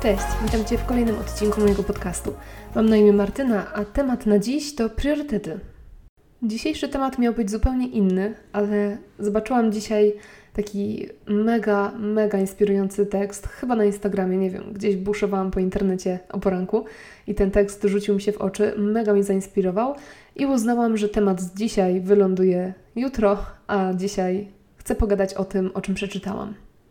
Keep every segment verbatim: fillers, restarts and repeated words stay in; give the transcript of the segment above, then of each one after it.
Cześć, witam Cię w kolejnym odcinku mojego podcastu. Mam na imię Martyna, a temat na dziś to priorytety. Dzisiejszy temat miał być zupełnie inny, ale zobaczyłam dzisiaj taki mega, mega inspirujący tekst, chyba na Instagramie, nie wiem, gdzieś buszowałam po internecie o poranku i ten tekst rzucił mi się w oczy, mega mnie zainspirował i uznałam, że temat z dzisiaj wyląduje jutro, a dzisiaj chcę pogadać o tym, o czym przeczytałam.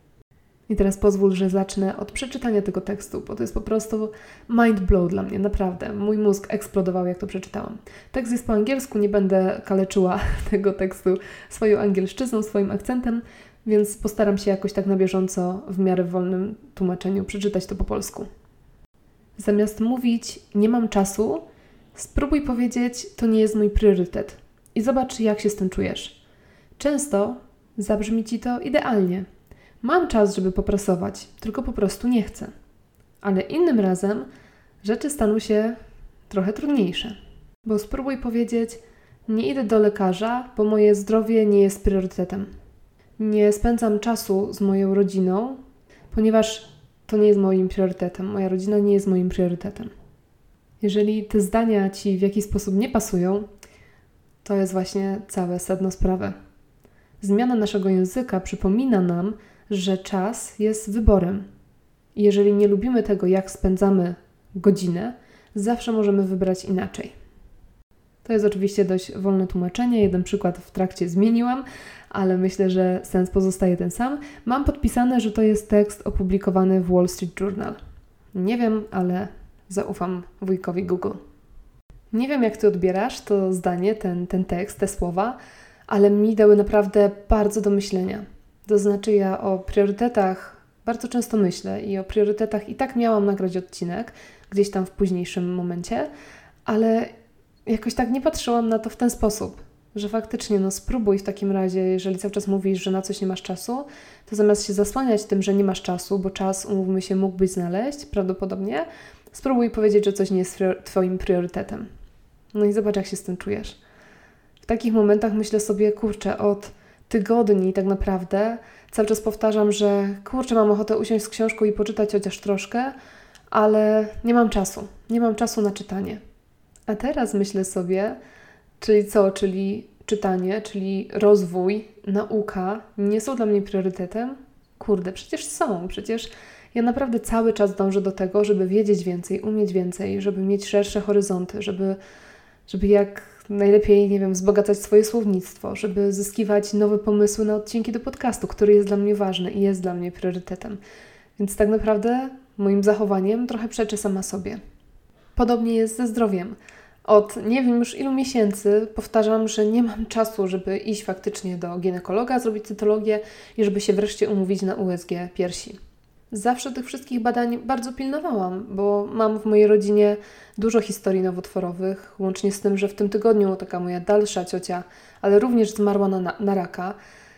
I teraz pozwól, że zacznę od przeczytania tego tekstu, bo to jest po prostu mind blow dla mnie, naprawdę. Mój mózg eksplodował, jak to przeczytałam. Tekst jest po angielsku, nie będę kaleczyła tego tekstu swoją angielszczyzną, swoim akcentem, więc postaram się jakoś tak na bieżąco, w miarę wolnym tłumaczeniu, przeczytać to po polsku. Zamiast mówić, nie mam czasu, spróbuj powiedzieć, to nie jest mój priorytet. I zobacz, jak się z tym czujesz. Często zabrzmi Ci to idealnie. Mam czas, żeby popracować, tylko po prostu nie chcę. Ale innym razem rzeczy staną się trochę trudniejsze. Bo spróbuj powiedzieć, nie idę do lekarza, bo moje zdrowie nie jest priorytetem. Nie spędzam czasu z moją rodziną, ponieważ to nie jest moim priorytetem. Moja rodzina nie jest moim priorytetem. Jeżeli te zdania Ci w jakiś sposób nie pasują, to jest właśnie całe sedno sprawy. Zmiana naszego języka przypomina nam, że czas jest wyborem. I jeżeli nie lubimy tego, jak spędzamy godzinę, zawsze możemy wybrać inaczej. To jest oczywiście dość wolne tłumaczenie. Jeden przykład w trakcie zmieniłam, ale myślę, że sens pozostaje ten sam. Mam podpisane, że to jest tekst opublikowany w Wall Street Journal. Nie wiem, ale zaufam wujkowi Google. Nie wiem, jak Ty odbierasz to zdanie, ten, ten tekst, te słowa, ale mi dały naprawdę bardzo do myślenia. To znaczy ja o priorytetach bardzo często myślę i o priorytetach i tak miałam nagrać odcinek gdzieś tam w późniejszym momencie, ale jakoś tak nie patrzyłam na to w ten sposób, że faktycznie no spróbuj w takim razie, jeżeli cały czas mówisz, że na coś nie masz czasu, to zamiast się zasłaniać tym, że nie masz czasu, bo czas, umówmy się, mógłbyś znaleźć prawdopodobnie, spróbuj powiedzieć, że coś nie jest Twoim priorytetem. No i zobacz, jak się z tym czujesz. W takich momentach myślę sobie, kurczę, od tygodni tak naprawdę cały czas powtarzam, że kurczę, mam ochotę usiąść z książką i poczytać chociaż troszkę, ale nie mam czasu. Nie mam czasu na czytanie. A teraz myślę sobie, czyli co? Czyli czytanie, czyli rozwój, nauka nie są dla mnie priorytetem? Kurde, przecież są. Przecież ja naprawdę cały czas dążę do tego, żeby wiedzieć więcej, umieć więcej, żeby mieć szersze horyzonty, żeby, żeby jak najlepiej, nie wiem, wzbogacać swoje słownictwo, żeby zyskiwać nowe pomysły na odcinki do podcastu, który jest dla mnie ważny i jest dla mnie priorytetem. Więc tak naprawdę moim zachowaniem trochę przeczę sama sobie. Podobnie jest ze zdrowiem. Od nie wiem już ilu miesięcy powtarzam, że nie mam czasu, żeby iść faktycznie do ginekologa, zrobić cytologię i żeby się wreszcie umówić na U S G piersi. Zawsze tych wszystkich badań bardzo pilnowałam, bo mam w mojej rodzinie dużo historii nowotworowych, łącznie z tym, że w tym tygodniu taka moja dalsza ciocia, ale również zmarła na, na raka.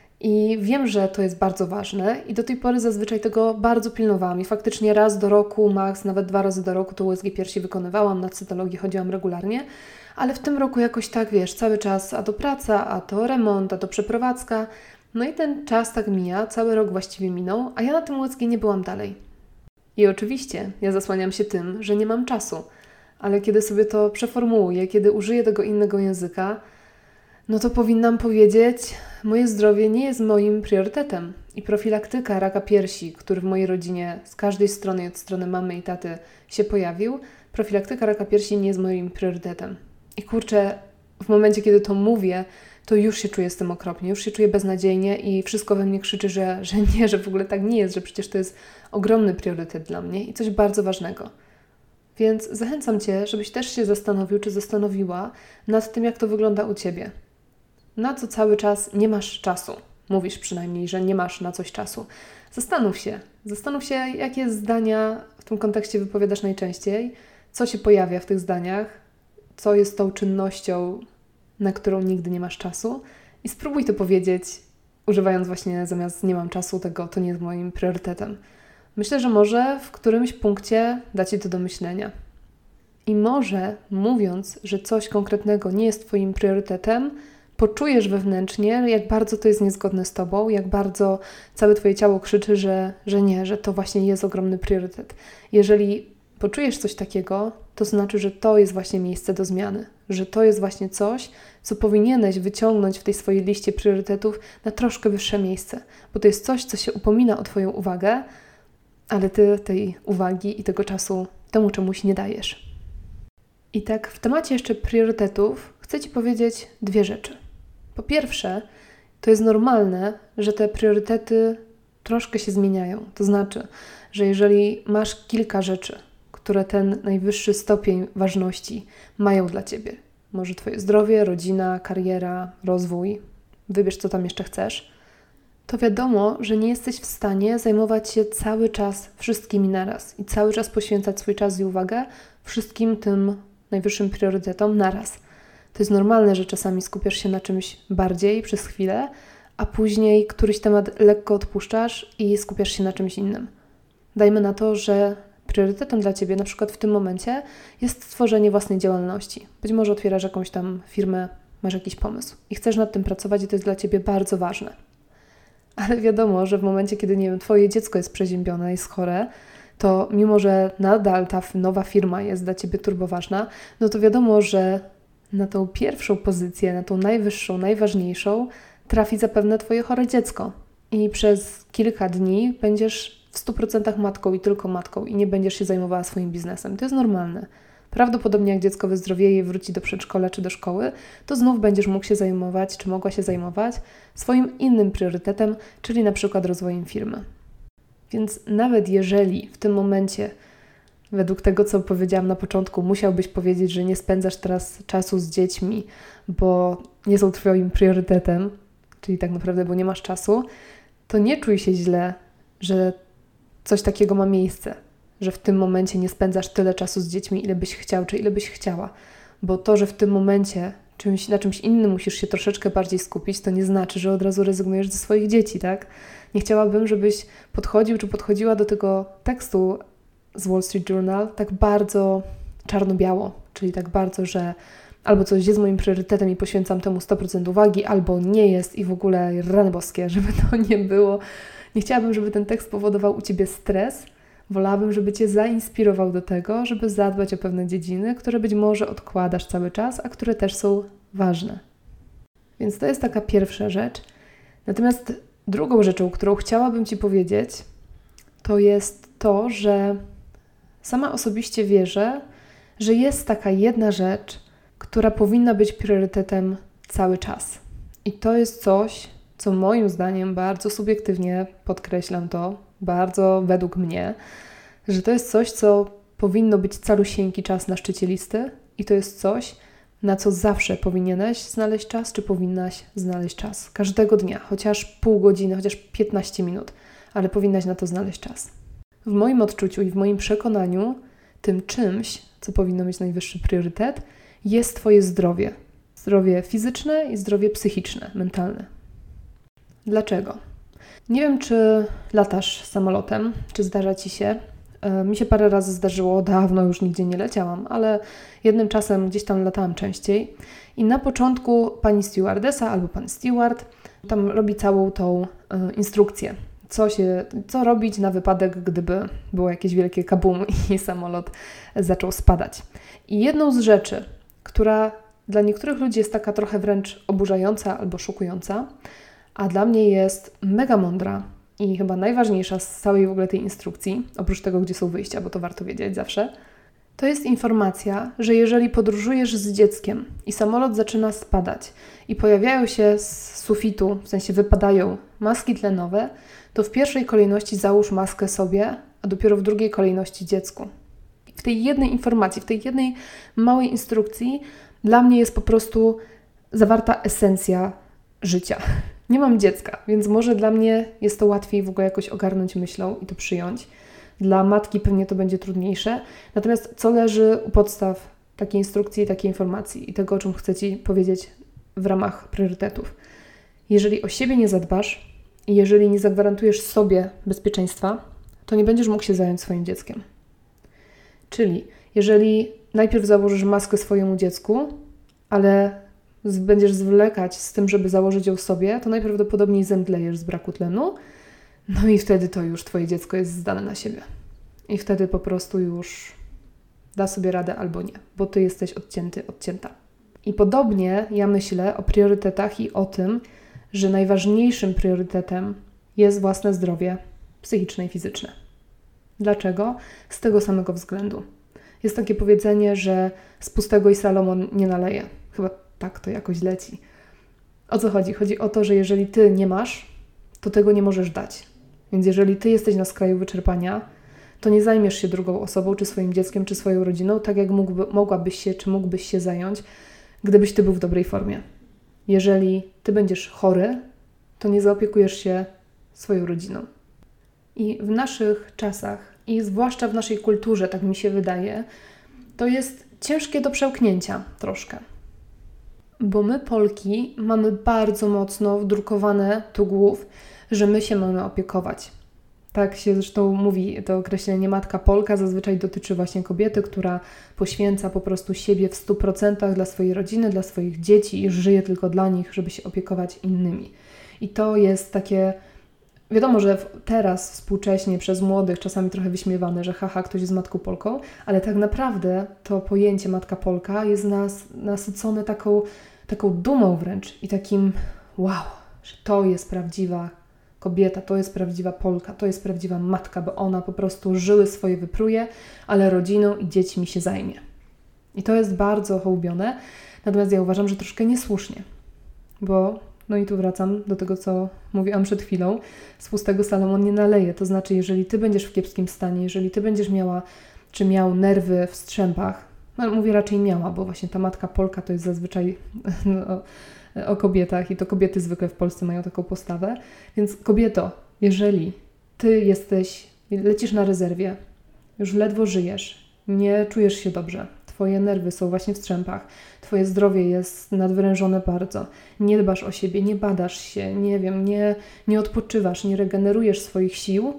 I wiem, że to jest bardzo ważne i do tej pory zazwyczaj tego bardzo pilnowałam. I faktycznie raz do roku, maks nawet dwa razy do roku to U S G piersi wykonywałam, na cytologię chodziłam regularnie, ale w tym roku jakoś tak, wiesz, cały czas a to praca, a to remont, a to przeprowadzka. No i ten czas tak mija, cały rok właściwie minął, a ja na tym U S G nie byłam dalej. I oczywiście ja zasłaniam się tym, że nie mam czasu, ale kiedy sobie to przeformułuję, kiedy użyję tego innego języka, no to powinnam powiedzieć, moje zdrowie nie jest moim priorytetem. I profilaktyka raka piersi, który w mojej rodzinie z każdej strony, od strony mamy i taty się pojawił, profilaktyka raka piersi nie jest moim priorytetem. I kurczę, w momencie, kiedy to mówię, to już się czuję z tym okropnie, już się czuję beznadziejnie i wszystko we mnie krzyczy, że, że nie, że w ogóle tak nie jest, że przecież to jest ogromny priorytet dla mnie i coś bardzo ważnego. Więc zachęcam Cię, żebyś też się zastanowił, czy zastanowiła nad tym, jak to wygląda u Ciebie. Na co cały czas nie masz czasu. Mówisz przynajmniej, że nie masz na coś czasu. Zastanów się. Zastanów się, jakie zdania w tym kontekście wypowiadasz najczęściej, co się pojawia w tych zdaniach, co jest tą czynnością, na którą nigdy nie masz czasu i spróbuj to powiedzieć, używając właśnie zamiast nie mam czasu tego, to nie jest moim priorytetem. Myślę, że może w którymś punkcie da Ci to do myślenia. I może mówiąc, że coś konkretnego nie jest Twoim priorytetem, poczujesz wewnętrznie, jak bardzo to jest niezgodne z Tobą, jak bardzo całe Twoje ciało krzyczy, że, że nie, że to właśnie jest ogromny priorytet. Jeżeli poczujesz coś takiego, to znaczy, że to jest właśnie miejsce do zmiany, że to jest właśnie coś, co powinieneś wyciągnąć w tej swojej liście priorytetów na troszkę wyższe miejsce, bo to jest coś, co się upomina o Twoją uwagę, ale Ty tej uwagi i tego czasu temu czemuś nie dajesz. I tak w temacie jeszcze priorytetów chcę Ci powiedzieć dwie rzeczy. Po pierwsze, to jest normalne, że te priorytety troszkę się zmieniają. To znaczy, że jeżeli masz kilka rzeczy, które ten najwyższy stopień ważności mają dla Ciebie, może Twoje zdrowie, rodzina, kariera, rozwój, wybierz co tam jeszcze chcesz, to wiadomo, że nie jesteś w stanie zajmować się cały czas wszystkimi naraz i cały czas poświęcać swój czas i uwagę wszystkim tym najwyższym priorytetom naraz. To jest normalne, że czasami skupiasz się na czymś bardziej przez chwilę, a później któryś temat lekko odpuszczasz i skupiasz się na czymś innym. Dajmy na to, że priorytetem dla Ciebie na przykład w tym momencie jest stworzenie własnej działalności. Być może otwierasz jakąś tam firmę, masz jakiś pomysł i chcesz nad tym pracować i to jest dla Ciebie bardzo ważne. Ale wiadomo, że w momencie, kiedy, nie wiem, Twoje dziecko jest przeziębione, jest chore, to mimo, że nadal ta nowa firma jest dla Ciebie turboważna, no to wiadomo, że na tą pierwszą pozycję, na tą najwyższą, najważniejszą trafi zapewne Twoje chore dziecko. I przez kilka dni będziesz w stu procentach matką i tylko matką i nie będziesz się zajmowała swoim biznesem. To jest normalne. Prawdopodobnie jak dziecko wyzdrowieje i wróci do przedszkola czy do szkoły, to znów będziesz mógł się zajmować, czy mogła się zajmować swoim innym priorytetem, czyli na przykład rozwojem firmy. Więc nawet jeżeli w tym momencie, według tego, co powiedziałam na początku, musiałbyś powiedzieć, że nie spędzasz teraz czasu z dziećmi, bo nie są Twoim priorytetem, czyli tak naprawdę, bo nie masz czasu, to nie czuj się źle, że coś takiego ma miejsce, że w tym momencie nie spędzasz tyle czasu z dziećmi, ile byś chciał, czy ile byś chciała. Bo to, że w tym momencie czymś, na czymś innym musisz się troszeczkę bardziej skupić, to nie znaczy, że od razu rezygnujesz ze swoich dzieci, tak? Nie chciałabym, żebyś podchodził, czy podchodziła do tego tekstu z Wall Street Journal tak bardzo czarno-biało, czyli tak bardzo, że albo coś jest moim priorytetem i poświęcam temu sto procent uwagi, albo nie jest i w ogóle rany boskie, żeby to nie było. Nie chciałabym, żeby ten tekst powodował u Ciebie stres. Wolałabym, żeby Cię zainspirował do tego, żeby zadbać o pewne dziedziny, które być może odkładasz cały czas, a które też są ważne. Więc to jest taka pierwsza rzecz. Natomiast drugą rzeczą, którą chciałabym Ci powiedzieć, to jest to, że sama osobiście wierzę, że jest taka jedna rzecz, która powinna być priorytetem cały czas. I to jest coś, co moim zdaniem bardzo subiektywnie, podkreślam to, bardzo według mnie, że to jest coś, co powinno być calusieńki czas na szczycie listy i to jest coś, na co zawsze powinieneś znaleźć czas, czy powinnaś znaleźć czas. Każdego dnia, chociaż pół godziny, chociaż piętnaście minut, ale powinnaś na to znaleźć czas. W moim odczuciu i w moim przekonaniu tym czymś, co powinno mieć najwyższy priorytet, jest Twoje zdrowie. Zdrowie fizyczne i zdrowie psychiczne, mentalne. Dlaczego? Nie wiem, czy latasz samolotem, czy zdarza Ci się. Mi się parę razy zdarzyło, dawno już nigdzie nie leciałam, ale jednym czasem gdzieś tam latałam częściej i na początku pani stewardesa albo pan steward tam robi całą tą y, instrukcję, co, się, co robić na wypadek, gdyby było jakieś wielkie kabum i samolot zaczął spadać. I jedną z rzeczy, która dla niektórych ludzi jest taka trochę wręcz oburzająca albo szokująca, a dla mnie jest mega mądra i chyba najważniejsza z całej w ogóle tej instrukcji, oprócz tego, gdzie są wyjścia, bo to warto wiedzieć zawsze, to jest informacja, że jeżeli podróżujesz z dzieckiem i samolot zaczyna spadać i pojawiają się z sufitu, w sensie wypadają maski tlenowe, to w pierwszej kolejności załóż maskę sobie, a dopiero w drugiej kolejności dziecku. W tej jednej informacji, w tej jednej małej instrukcji dla mnie jest po prostu zawarta esencja życia. Nie mam dziecka, więc może dla mnie jest to łatwiej w ogóle jakoś ogarnąć myślą i to przyjąć. Dla matki pewnie to będzie trudniejsze. Natomiast co leży u podstaw takiej instrukcji, takiej informacji i tego, o czym chcę Ci powiedzieć w ramach priorytetów? Jeżeli o siebie nie zadbasz i jeżeli nie zagwarantujesz sobie bezpieczeństwa, to nie będziesz mógł się zająć swoim dzieckiem. Czyli jeżeli najpierw założysz maskę swojemu dziecku, ale będziesz zwlekać z tym, żeby założyć ją sobie, to najprawdopodobniej zemdlejesz z braku tlenu, no i wtedy to już twoje dziecko jest zdane na siebie. I wtedy po prostu już da sobie radę albo nie, bo ty jesteś odcięty, odcięta. I podobnie ja myślę o priorytetach i o tym, że najważniejszym priorytetem jest własne zdrowie psychiczne i fizyczne. Dlaczego? Z tego samego względu. Jest takie powiedzenie, że z pustego i Salomon nie naleje. Chyba tak to jakoś leci. O co chodzi? Chodzi o to, że jeżeli ty nie masz, to tego nie możesz dać. Więc jeżeli ty jesteś na skraju wyczerpania, to nie zajmiesz się drugą osobą, czy swoim dzieckiem, czy swoją rodziną, tak jak mógłby, mogłabyś się, czy mógłbyś się zająć, gdybyś ty był w dobrej formie. Jeżeli ty będziesz chory, to nie zaopiekujesz się swoją rodziną. I w naszych czasach, i zwłaszcza w naszej kulturze, tak mi się wydaje, to jest ciężkie do przełknięcia troszkę. Bo my, Polki, mamy bardzo mocno wdrukowane do głów, że my się mamy opiekować. Tak się zresztą mówi, to określenie matka Polka zazwyczaj dotyczy właśnie kobiety, która poświęca po prostu siebie w stu procentach dla swojej rodziny, dla swoich dzieci i żyje tylko dla nich, żeby się opiekować innymi. I to jest takie, wiadomo, że teraz współcześnie przez młodych czasami trochę wyśmiewane, że haha, ktoś jest matką Polką, ale tak naprawdę to pojęcie matka Polka jest nas, nasycone taką, taką dumą wręcz i takim wow, że to jest prawdziwa kobieta, to jest prawdziwa Polka, to jest prawdziwa matka, bo ona po prostu żyły swoje wypruje, ale rodziną i dziećmi się zajmie. I to jest bardzo hołubione, natomiast ja uważam, że troszkę niesłusznie, bo no i tu wracam do tego, co mówiłam przed chwilą, z pustego Salomon nie naleje, to znaczy jeżeli ty będziesz w kiepskim stanie, jeżeli ty będziesz miała, czy miał nerwy w strzępach, no mówię raczej miała, bo właśnie ta matka Polka to jest zazwyczaj no, o kobietach i to kobiety zwykle w Polsce mają taką postawę. Więc kobieto, jeżeli ty jesteś, lecisz na rezerwie, już ledwo żyjesz, nie czujesz się dobrze, twoje nerwy są właśnie w strzępach, twoje zdrowie jest nadwyrężone bardzo, nie dbasz o siebie, nie badasz się, nie wiem, nie, nie odpoczywasz, nie regenerujesz swoich sił,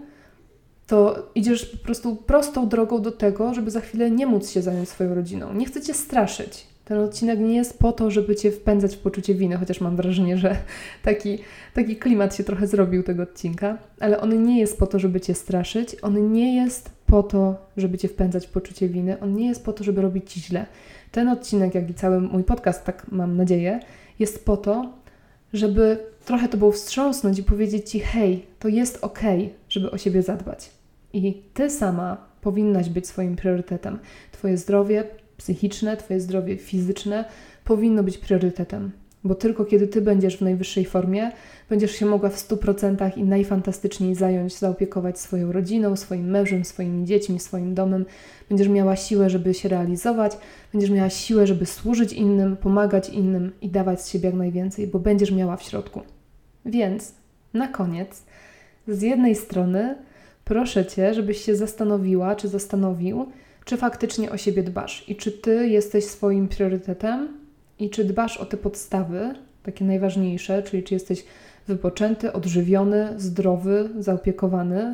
to idziesz po prostu prostą drogą do tego, żeby za chwilę nie móc się zająć swoją rodziną. Nie chcę cię straszyć. Ten odcinek nie jest po to, żeby cię wpędzać w poczucie winy, chociaż mam wrażenie, że taki, taki klimat się trochę zrobił tego odcinka, ale on nie jest po to, żeby cię straszyć, on nie jest po to, żeby cię wpędzać w poczucie winy, on nie jest po to, żeby robić ci źle. Ten odcinek, jak i cały mój podcast, tak mam nadzieję, jest po to, żeby trochę tobą wstrząsnąć i powiedzieć ci, hej, to jest okej, żeby o siebie zadbać. I ty sama powinnaś być swoim priorytetem. Twoje zdrowie psychiczne, twoje zdrowie fizyczne powinno być priorytetem, bo tylko kiedy ty będziesz w najwyższej formie, będziesz się mogła w stu procentach i najfantastyczniej zająć, zaopiekować swoją rodziną, swoim mężem, swoimi dziećmi, swoim domem. Będziesz miała siłę, żeby się realizować, będziesz miała siłę, żeby służyć innym, pomagać innym i dawać z siebie jak najwięcej, bo będziesz miała w środku. Więc na koniec, z jednej strony proszę cię, żebyś się zastanowiła, czy zastanowił, czy faktycznie o siebie dbasz i czy ty jesteś swoim priorytetem i czy dbasz o te podstawy, takie najważniejsze, czyli czy jesteś wypoczęty, odżywiony, zdrowy, zaopiekowany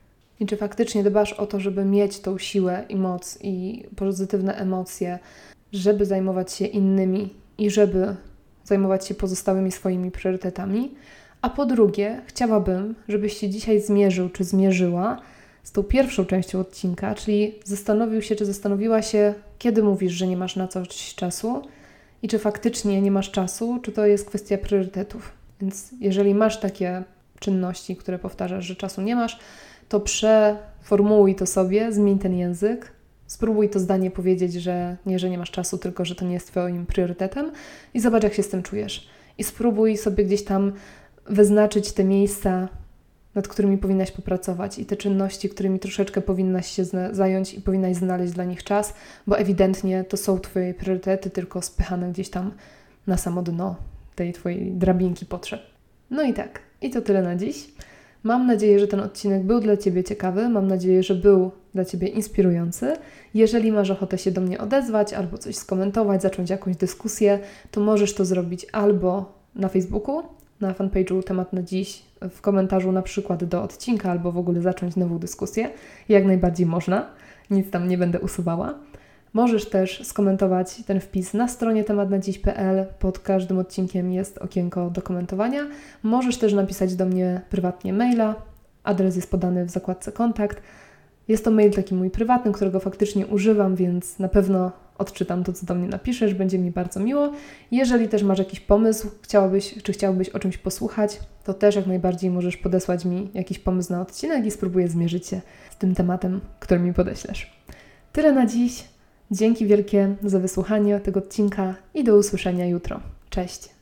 i czy faktycznie dbasz o to, żeby mieć tą siłę i moc i pozytywne emocje, żeby zajmować się innymi i żeby zajmować się pozostałymi swoimi priorytetami. A po drugie, chciałabym, żebyś się dzisiaj zmierzył czy zmierzyła z tą pierwszą częścią odcinka, czyli zastanowił się, czy zastanowiła się, kiedy mówisz, że nie masz na coś czasu i czy faktycznie nie masz czasu, czy to jest kwestia priorytetów. Więc jeżeli masz takie czynności, które powtarzasz, że czasu nie masz, to przeformułuj to sobie, zmień ten język, spróbuj to zdanie powiedzieć, że nie, że nie masz czasu, tylko że to nie jest twoim priorytetem i zobacz, jak się z tym czujesz. I spróbuj sobie gdzieś tam wyznaczyć te miejsca, nad którymi powinnaś popracować i te czynności, którymi troszeczkę powinnaś się zna- zająć i powinnaś znaleźć dla nich czas, bo ewidentnie to są twoje priorytety, tylko spychane gdzieś tam na samo dno tej twojej drabinki potrzeb. No i tak, i to tyle na dziś. Mam nadzieję, że ten odcinek był dla ciebie ciekawy, mam nadzieję, że był dla ciebie inspirujący. Jeżeli masz ochotę się do mnie odezwać albo coś skomentować, zacząć jakąś dyskusję, to możesz to zrobić albo na Facebooku, na fanpage'u Temat na Dziś, w komentarzu na przykład do odcinka, albo w ogóle zacząć nową dyskusję. Jak najbardziej można, nic tam nie będę usuwała. Możesz też skomentować ten wpis na stronie temat na dziś kropka pe el. Pod każdym odcinkiem jest okienko do komentowania. Możesz też napisać do mnie prywatnie maila. Adres jest podany w zakładce kontakt. Jest to mail taki mój prywatny, którego faktycznie używam, więc na pewno odczytam to, co do mnie napiszesz. Będzie mi bardzo miło. Jeżeli też masz jakiś pomysł, chciałabyś, czy chciałbyś o czymś posłuchać, to też jak najbardziej możesz podesłać mi jakiś pomysł na odcinek i spróbuję zmierzyć się z tym tematem, który mi podeślesz. Tyle na dziś. Dzięki wielkie za wysłuchanie tego odcinka i do usłyszenia jutro. Cześć!